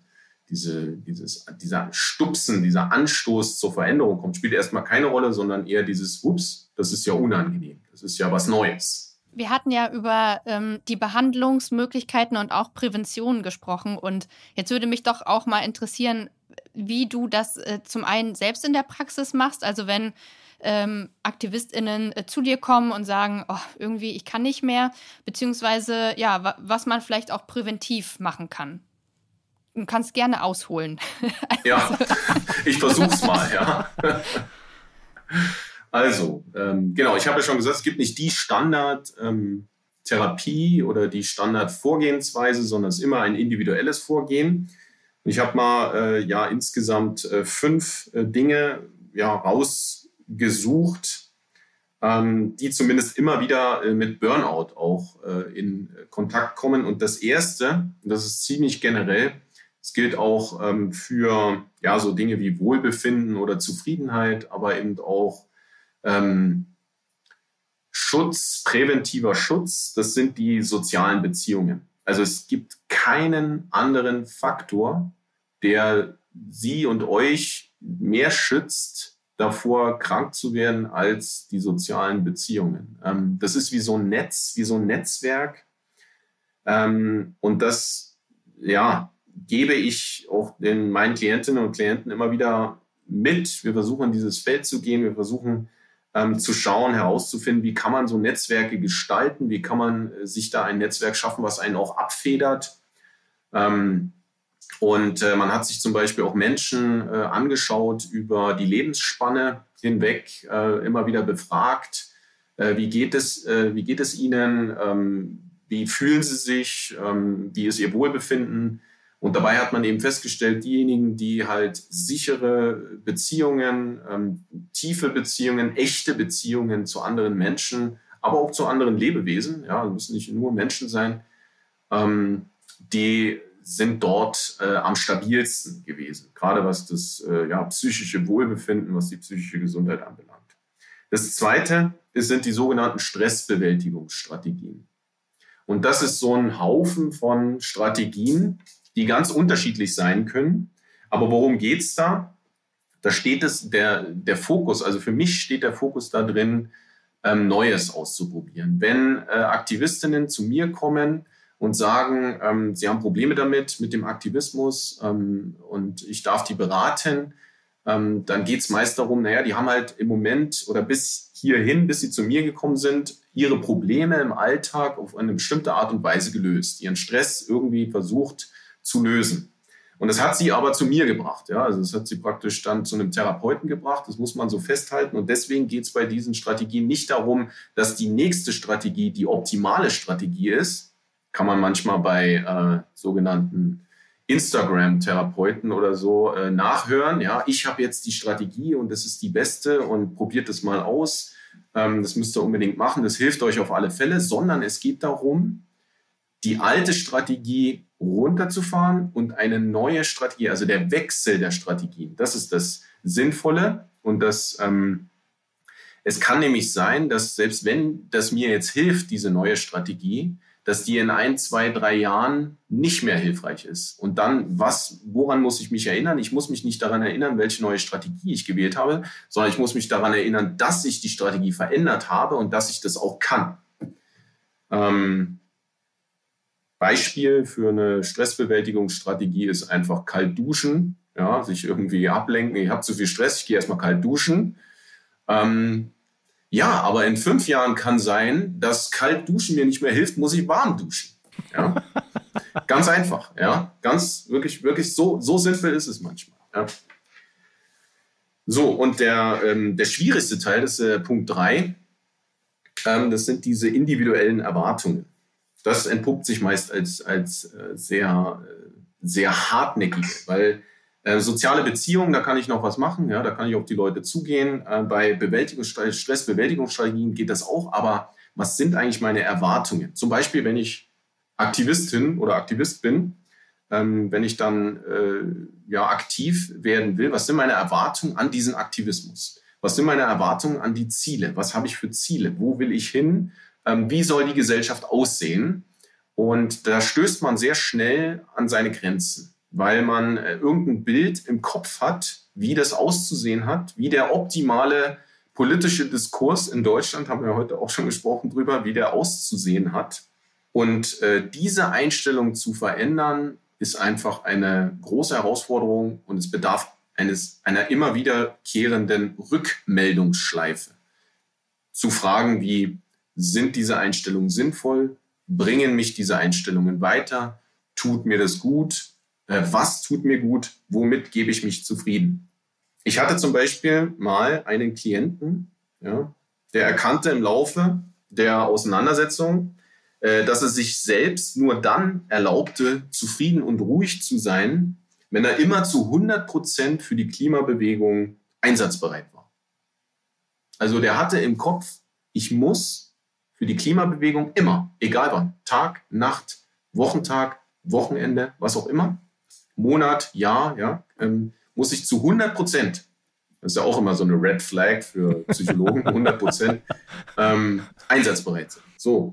Stupsen, dieser Anstoß zur Veränderung kommt, spielt erstmal keine Rolle, sondern eher dieses, ups, das ist ja unangenehm, das ist ja was Neues. Wir hatten ja über die Behandlungsmöglichkeiten und auch Prävention gesprochen und jetzt würde mich doch auch mal interessieren, wie du das zum einen selbst in der Praxis machst, also wenn AktivistInnen zu dir kommen und sagen, oh, irgendwie, ich kann nicht mehr, beziehungsweise, ja, was man vielleicht auch präventiv machen kann. Du kannst gerne ausholen. Ja, ich versuch's mal, ja. Also, genau, ich habe ja schon gesagt, es gibt nicht die Standardtherapie oder die Standardvorgehensweise, sondern es ist immer ein individuelles Vorgehen. Und ich habe mal insgesamt 5 Dinge rausgesucht, die zumindest immer wieder mit Burnout auch in Kontakt kommen. Und das Erste, das ist ziemlich generell, es gilt auch für so Dinge wie Wohlbefinden oder Zufriedenheit, aber eben auch Schutz, präventiver Schutz, das sind die sozialen Beziehungen. Also es gibt keinen anderen Faktor, der Sie und euch mehr schützt, davor krank zu werden, als die sozialen Beziehungen. Das ist wie so ein Netz, wie so ein Netzwerk. Und das, gebe ich auch meinen Klientinnen und Klienten immer wieder mit. Wir versuchen, in dieses Feld zu gehen. Wir versuchen zu schauen, herauszufinden, wie kann man so Netzwerke gestalten, wie kann man sich da ein Netzwerk schaffen, was einen auch abfedert. Und man hat sich zum Beispiel auch Menschen angeschaut über die Lebensspanne hinweg, immer wieder befragt, wie geht es ihnen, wie fühlen sie sich, wie ist ihr Wohlbefinden. Und dabei hat man eben festgestellt, diejenigen, die halt sichere Beziehungen, tiefe Beziehungen, echte Beziehungen zu anderen Menschen, aber auch zu anderen Lebewesen, müssen nicht nur Menschen sein, die sind dort am stabilsten gewesen, gerade was das psychische Wohlbefinden, was die psychische Gesundheit anbelangt. Das Zweite sind die sogenannten Stressbewältigungsstrategien. Und das ist so ein Haufen von Strategien, die ganz unterschiedlich sein können. Aber worum geht es da? Da steht der Fokus, also für mich steht der Fokus da drin, Neues auszuprobieren. Wenn Aktivistinnen zu mir kommen und sagen, sie haben Probleme mit dem Aktivismus und ich darf die beraten, dann geht es meist darum, die haben halt im Moment oder bis hierhin, bis sie zu mir gekommen sind, ihre Probleme im Alltag auf eine bestimmte Art und Weise gelöst, ihren Stress irgendwie versucht zu lösen. Und das hat sie aber zu mir gebracht. Ja? Also das hat sie praktisch dann zu einem Therapeuten gebracht. Das muss man so festhalten. Und deswegen geht es bei diesen Strategien nicht darum, dass die nächste Strategie die optimale Strategie ist. Kann man manchmal bei sogenannten Instagram-Therapeuten oder so nachhören. Ja, ich habe jetzt die Strategie und das ist die beste und probiert es mal aus. Das müsst ihr unbedingt machen. Das hilft euch auf alle Fälle. Sondern es geht darum, die alte Strategie runterzufahren und eine neue Strategie, also der Wechsel der Strategien. Das ist das Sinnvolle. Und es kann nämlich sein, dass selbst wenn das mir jetzt hilft, diese neue Strategie, dass die in 1, 2, 3 Jahren nicht mehr hilfreich ist. Und dann, woran muss ich mich erinnern? Ich muss mich nicht daran erinnern, welche neue Strategie ich gewählt habe, sondern ich muss mich daran erinnern, dass ich die Strategie verändert habe und dass ich das auch kann. Beispiel für eine Stressbewältigungsstrategie ist einfach kalt duschen, sich irgendwie ablenken. Ich habe zu viel Stress, ich gehe erstmal kalt duschen. Aber in 5 Jahren kann sein, dass kalt duschen mir nicht mehr hilft, muss ich warm duschen. Ja? Ganz einfach. Ja? Ganz wirklich, wirklich so simpel ist es manchmal. Ja? So, und der schwierigste Teil, das ist Punkt 3, Das sind diese individuellen Erwartungen. Das entpuppt sich meist als sehr, sehr hartnäckig, weil soziale Beziehungen, da kann ich noch was machen, ja, da kann ich auf die Leute zugehen. Bei Stressbewältigungsstrategien geht das auch, aber was sind eigentlich meine Erwartungen? Zum Beispiel, wenn ich Aktivistin oder Aktivist bin, wenn ich dann aktiv werden will, was sind meine Erwartungen an diesen Aktivismus? Was sind meine Erwartungen an die Ziele? Was habe ich für Ziele? Wo will ich hin? Wie soll die Gesellschaft aussehen? Und da stößt man sehr schnell an seine Grenzen, weil man irgendein Bild im Kopf hat, wie das auszusehen hat, wie der optimale politische Diskurs in Deutschland, haben wir heute auch schon gesprochen drüber, wie der auszusehen hat. Und diese Einstellung zu verändern, ist einfach eine große Herausforderung und es bedarf einer immer wiederkehrenden Rückmeldungsschleife. Zu Fragen wie, sind diese Einstellungen sinnvoll? Bringen mich diese Einstellungen weiter? Tut mir das gut? Was tut mir gut? Womit gebe ich mich zufrieden? Ich hatte zum Beispiel mal einen Klienten, ja, der erkannte im Laufe der Auseinandersetzung, dass er sich selbst nur dann erlaubte, zufrieden und ruhig zu sein, wenn er immer zu 100% für die Klimabewegung einsatzbereit war. Also der hatte im Kopf, ich muss für die Klimabewegung immer, egal wann, Tag, Nacht, Wochentag, Wochenende, was auch immer, Monat, Jahr, ja, muss ich zu 100%, das ist ja auch immer so eine Red Flag für Psychologen, 100% einsatzbereit sein. So.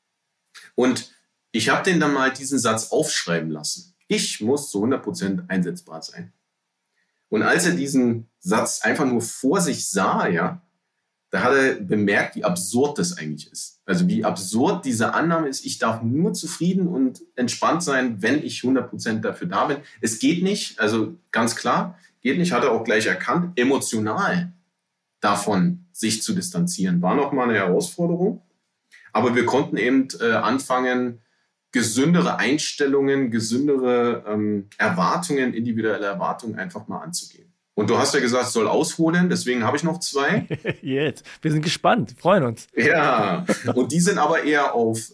Und ich habe den dann mal diesen Satz aufschreiben lassen. Ich muss zu 100% einsetzbar sein. Und als er diesen Satz einfach nur vor sich sah, ja, da hat er bemerkt, wie absurd das eigentlich ist. Also wie absurd diese Annahme ist, ich darf nur zufrieden und entspannt sein, wenn ich 100% dafür da bin. Es geht nicht, also ganz klar, geht nicht, hat er auch gleich erkannt, emotional davon sich zu distanzieren. War nochmal eine Herausforderung. Aber wir konnten eben anfangen, gesündere Einstellungen, gesündere Erwartungen, individuelle Erwartungen einfach mal anzugehen. Und du hast ja gesagt, es soll ausholen, deswegen habe ich noch 2. Jetzt, wir sind gespannt, freuen uns. Ja, und die sind aber eher auf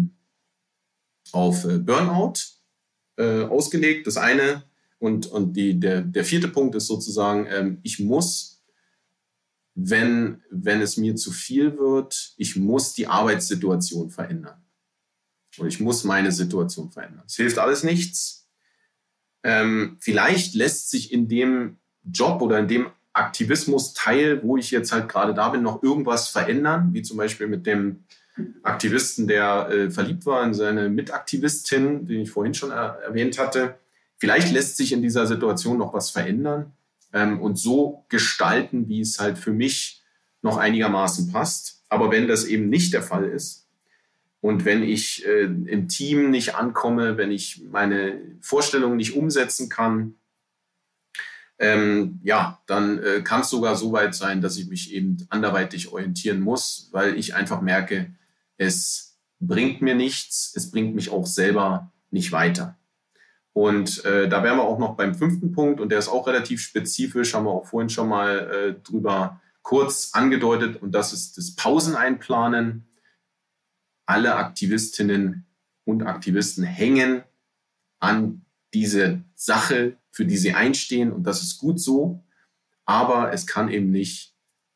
Burnout ausgelegt. Das eine und der 4. Punkt ist sozusagen, ich muss, wenn es mir zu viel wird, ich muss die Arbeitssituation verändern. Und ich muss meine Situation verändern. Es hilft alles nichts. Vielleicht lässt sich in dem Job oder in dem Aktivismus-Teil, wo ich jetzt halt gerade da bin, noch irgendwas verändern, wie zum Beispiel mit dem Aktivisten, der verliebt war in seine Mitaktivistin, den ich vorhin schon erwähnt hatte. Vielleicht lässt sich in dieser Situation noch was verändern und so gestalten, wie es halt für mich noch einigermaßen passt. Aber wenn das eben nicht der Fall ist und wenn ich im Team nicht ankomme, wenn ich meine Vorstellungen nicht umsetzen kann, dann kann es sogar so weit sein, dass ich mich eben anderweitig orientieren muss, weil ich einfach merke, es bringt mir nichts, es bringt mich auch selber nicht weiter. Und da wären wir auch noch beim 5. Punkt und der ist auch relativ spezifisch, haben wir auch vorhin schon mal drüber kurz angedeutet und das ist das Pauseneinplanen. Alle Aktivistinnen und Aktivisten hängen an diese Sache, für die sie einstehen und das ist gut so, aber es kann eben nicht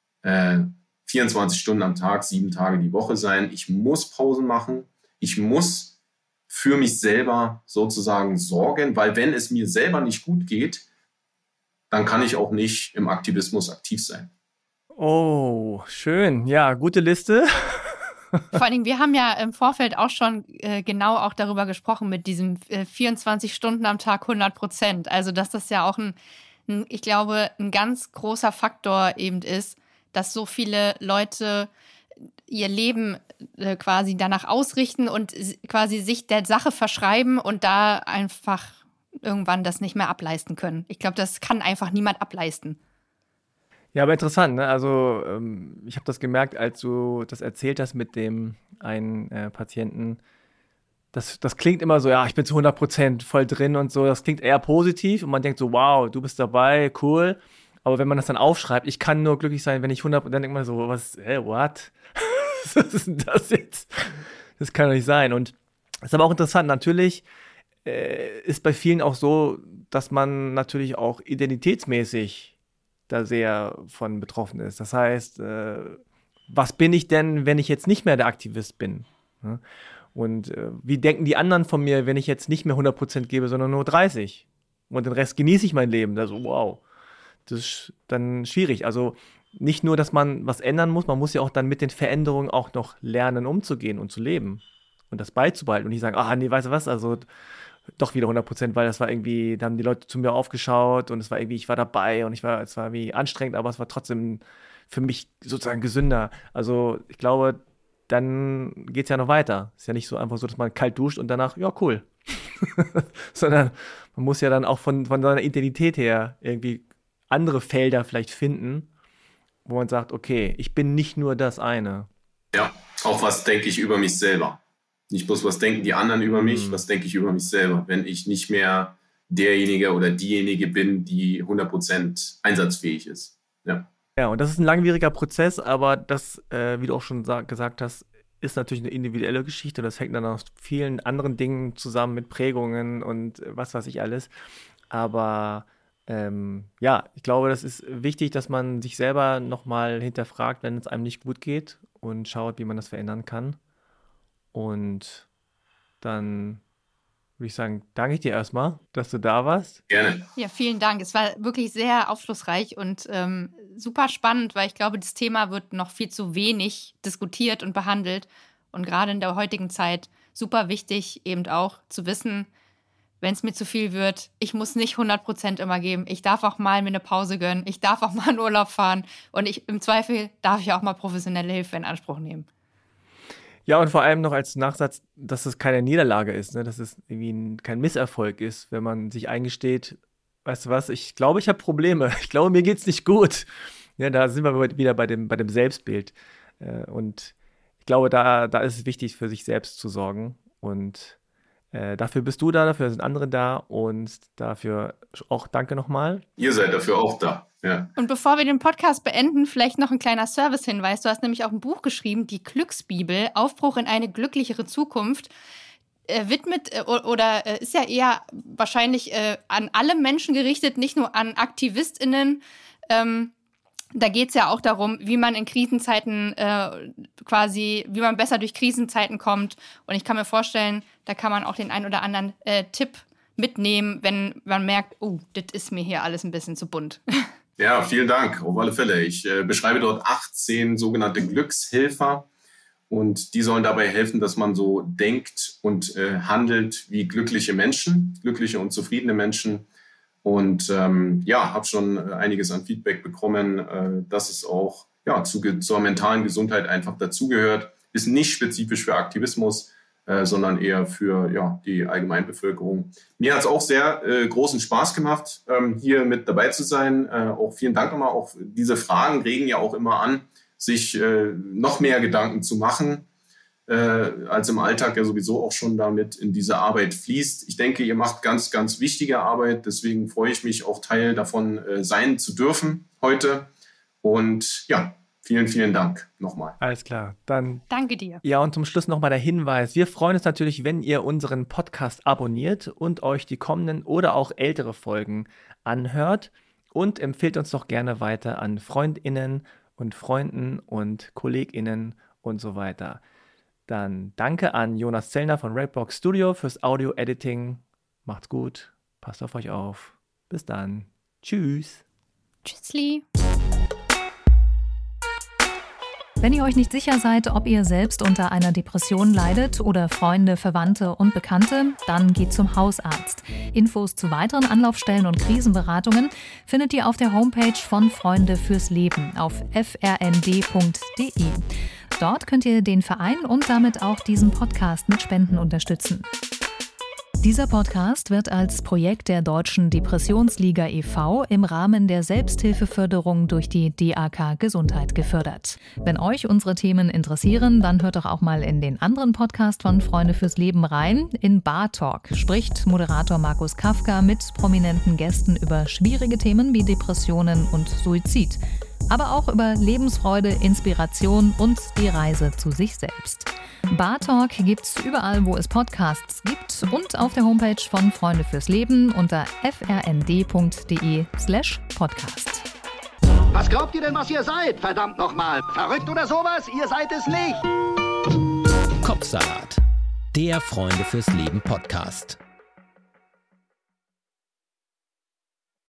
24 Stunden am Tag, 7 Tage die Woche sein. Ich muss Pausen machen, ich muss für mich selber sozusagen sorgen, weil wenn es mir selber nicht gut geht, dann kann ich auch nicht im Aktivismus aktiv sein. Oh, schön. Ja, gute Liste. Vor allen Dingen, wir haben ja im Vorfeld auch schon genau auch darüber gesprochen mit diesem 24 Stunden am Tag 100%. Also dass das ja auch ich glaube, ein ganz großer Faktor eben ist, dass so viele Leute ihr Leben quasi danach ausrichten und quasi sich der Sache verschreiben und da einfach irgendwann das nicht mehr ableisten können. Ich glaube, das kann einfach niemand ableisten. Ja, aber interessant, ne? Also ich habe das gemerkt, als du das erzählt hast mit dem einen Patienten. Das klingt immer so, ja, ich bin zu 100% voll drin und so. Das klingt eher positiv und man denkt so, wow, du bist dabei, cool. Aber wenn man das dann aufschreibt, ich kann nur glücklich sein, wenn ich 100%, dann denkt man so, what? Was ist denn das jetzt? Das kann doch nicht sein. Und das ist aber auch interessant. Natürlich ist bei vielen auch so, dass man natürlich auch identitätsmäßig da sehr von betroffen ist. Das heißt, was bin ich denn, wenn ich jetzt nicht mehr der Aktivist bin? Und wie denken die anderen von mir, wenn ich jetzt nicht mehr 100% gebe, sondern nur 30%? Und den Rest genieße ich mein Leben. Also wow, das ist dann schwierig. Also nicht nur, dass man was ändern muss, man muss ja auch dann mit den Veränderungen auch noch lernen, umzugehen und zu leben und das beizubehalten und nicht sagen, nee, weißt du was, also doch wieder 100%, weil das war irgendwie, da haben die Leute zu mir aufgeschaut und es war irgendwie, ich war dabei und es war irgendwie anstrengend, aber es war trotzdem für mich sozusagen gesünder. Also ich glaube, dann geht es ja noch weiter. Es ist ja nicht so einfach so, dass man kalt duscht und danach, ja, cool. Sondern man muss ja dann auch von seiner Identität her irgendwie andere Felder vielleicht finden, wo man sagt, okay, ich bin nicht nur das eine. Ja, auch was denke ich über mich selber. Nicht bloß, was denken die anderen über mich, was denke ich über mich selber, wenn ich nicht mehr derjenige oder diejenige bin, die 100% einsatzfähig ist. Ja, und das ist ein langwieriger Prozess, aber das, wie du auch schon gesagt hast, ist natürlich eine individuelle Geschichte. Das hängt dann aus vielen anderen Dingen zusammen mit Prägungen und was weiß ich alles. Aber ich glaube, das ist wichtig, dass man sich selber nochmal hinterfragt, wenn es einem nicht gut geht und schaut, wie man das verändern kann. Und dann würde ich sagen, danke ich dir erstmal, dass du da warst. Gerne. Ja, vielen Dank. Es war wirklich sehr aufschlussreich und super spannend, weil ich glaube, das Thema wird noch viel zu wenig diskutiert und behandelt. Und gerade in der heutigen Zeit super wichtig, eben auch zu wissen, wenn es mir zu viel wird, ich muss nicht 100% immer geben. Ich darf auch mal mir eine Pause gönnen. Ich darf auch mal in Urlaub fahren. Und im Zweifel darf ich auch mal professionelle Hilfe in Anspruch nehmen. Ja, und vor allem noch als Nachsatz, dass es keine Niederlage ist, ne? Dass es irgendwie kein Misserfolg ist, wenn man sich eingesteht, weißt du was, ich glaube, ich habe Probleme. Ich glaube, mir geht's nicht gut. Ja, da sind wir wieder bei dem Selbstbild. Und ich glaube, da ist es wichtig, für sich selbst zu sorgen. Und dafür bist du da, dafür sind andere da. Und dafür auch danke nochmal. Ihr seid dafür auch da. Ja. Und bevor wir den Podcast beenden, vielleicht noch ein kleiner Servicehinweis. Du hast nämlich auch ein Buch geschrieben, die Glücksbibel, Aufbruch in eine glücklichere Zukunft. Ist ja eher wahrscheinlich an alle Menschen gerichtet, nicht nur an AktivistInnen. Da geht es ja auch darum, wie man in Krisenzeiten wie man besser durch Krisenzeiten kommt. Und ich kann mir vorstellen, da kann man auch den ein oder anderen Tipp mitnehmen, wenn man merkt, das ist mir hier alles ein bisschen zu bunt. Ja, vielen Dank, auf alle Fälle. Ich beschreibe dort 18 sogenannte Glückshelfer und die sollen dabei helfen, dass man so denkt und handelt wie glückliche Menschen, glückliche und zufriedene Menschen. Und habe schon einiges an Feedback bekommen, dass es auch zur mentalen Gesundheit einfach dazugehört. Ist nicht spezifisch für Aktivismus, sondern eher für die Allgemeinbevölkerung. Mir hat es auch sehr großen Spaß gemacht, hier mit dabei zu sein. Auch vielen Dank nochmal. Auch diese Fragen regen ja auch immer an, sich noch mehr Gedanken zu machen, als im Alltag ja sowieso auch schon damit in diese Arbeit fließt. Ich denke, ihr macht ganz, ganz wichtige Arbeit. Deswegen freue ich mich auch, Teil davon sein zu dürfen heute. Und vielen, vielen Dank nochmal. Alles klar, dann danke dir. Ja, und zum Schluss nochmal der Hinweis. Wir freuen uns natürlich, wenn ihr unseren Podcast abonniert und euch die kommenden oder auch ältere Folgen anhört und empfehlt uns doch gerne weiter an FreundInnen und Freunden und KollegInnen und so weiter. Dann danke an Jonas Zellner von Redbox Studio fürs Audio-Editing. Macht's gut, passt auf euch auf. Bis dann. Tschüss. Tschüssli. Wenn ihr euch nicht sicher seid, ob ihr selbst unter einer Depression leidet oder Freunde, Verwandte und Bekannte, dann geht zum Hausarzt. Infos zu weiteren Anlaufstellen und Krisenberatungen findet ihr auf der Homepage von Freunde fürs Leben auf frnd.de. Dort könnt ihr den Verein und damit auch diesen Podcast mit Spenden unterstützen. Dieser Podcast wird als Projekt der Deutschen Depressionsliga e.V. im Rahmen der Selbsthilfeförderung durch die DAK Gesundheit gefördert. Wenn euch unsere Themen interessieren, dann hört doch auch mal in den anderen Podcast von Freunde fürs Leben rein. In Bar Talk spricht Moderator Markus Kafka mit prominenten Gästen über schwierige Themen wie Depressionen und Suizid. aber auch über Lebensfreude, Inspiration und die Reise zu sich selbst. Bar Talk gibt's überall, wo es Podcasts gibt und auf der Homepage von Freunde fürs Leben unter frnd.de/podcast. Was glaubt ihr denn, was ihr seid? Verdammt nochmal. Verrückt oder sowas? Ihr seid es nicht. Kopfsalat, der Freunde fürs Leben Podcast.